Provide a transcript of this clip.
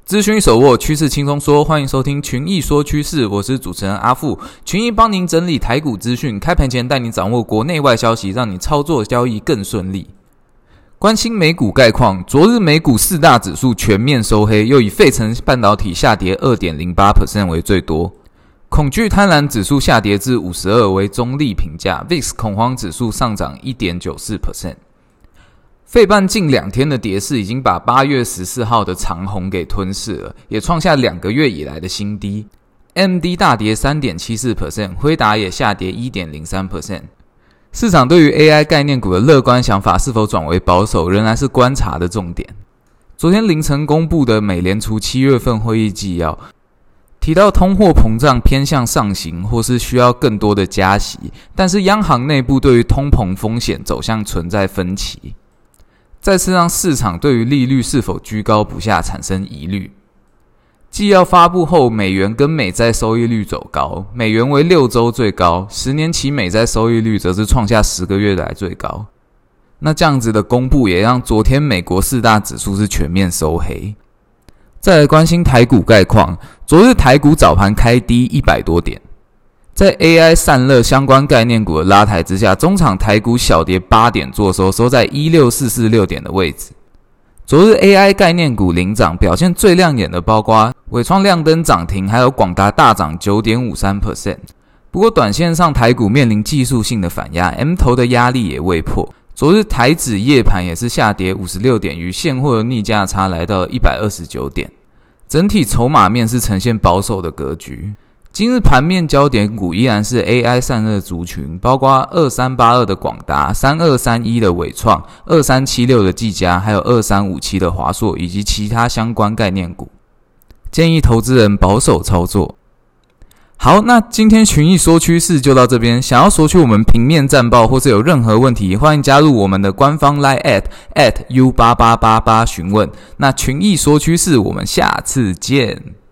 资讯手握，趋势轻松说，欢迎收听群益说趋势，我是主持人阿富。群益帮您整理台股资讯，开盘前带您掌握国内外消息，让你操作交易更顺利。关心美股概况，昨日美股四大指数全面收黑，又以费城半导体下跌 2.08% 为最多。恐惧贪婪指数下跌至52为中立评价 ，VIX 恐慌指数上涨 1.94%。费半近2天的跌势已经把8月14号的长红给吞噬了，也创下2个月以来的新低。AMD 大跌 3.74%， 辉达也下跌 1.03%。市场对于 AI 概念股的乐观想法是否转为保守，仍然是观察的重点。昨天凌晨公布的美联储7月份会议纪要提到通货膨胀偏向上行，或是需要更多的加息，但是央行内部对于通膨风险走向存在分歧，再次让市场对于利率是否居高不下产生疑虑。纪要发布后，美元跟美债收益率走高，美元为6周最高，10年期美债收益率则是创下10个月来最高。那这样子的公布也让昨天美国四大指数是全面收黑。再来关心台股概况，昨日台股早盘开低100多点，在 AI 散热相关概念股的拉抬之下，中场台股小跌8点做收，收在16446点的位置。昨日 AI 概念股领涨，表现最亮眼的包括伟创亮灯涨停，还有广达大涨 9.53%。不过短线上台股面临技术性的反压， M 头的压力也未破。昨日台指夜盘也是下跌56点，与现货的逆价差来到129点。整体筹码面是呈现保守的格局。今日盘面焦点股依然是 AI 散热族群，包括2382的广达、3231的伟创、2376的技嘉，还有2357的华硕，以及其他相关概念股。建议投资人保守操作。好，那今天群益说趋势就到这边。想要索取我们平面战报或是有任何问题，欢迎加入我们的官方 LINE @U8888 询问。那群益说趋势，我们下次见。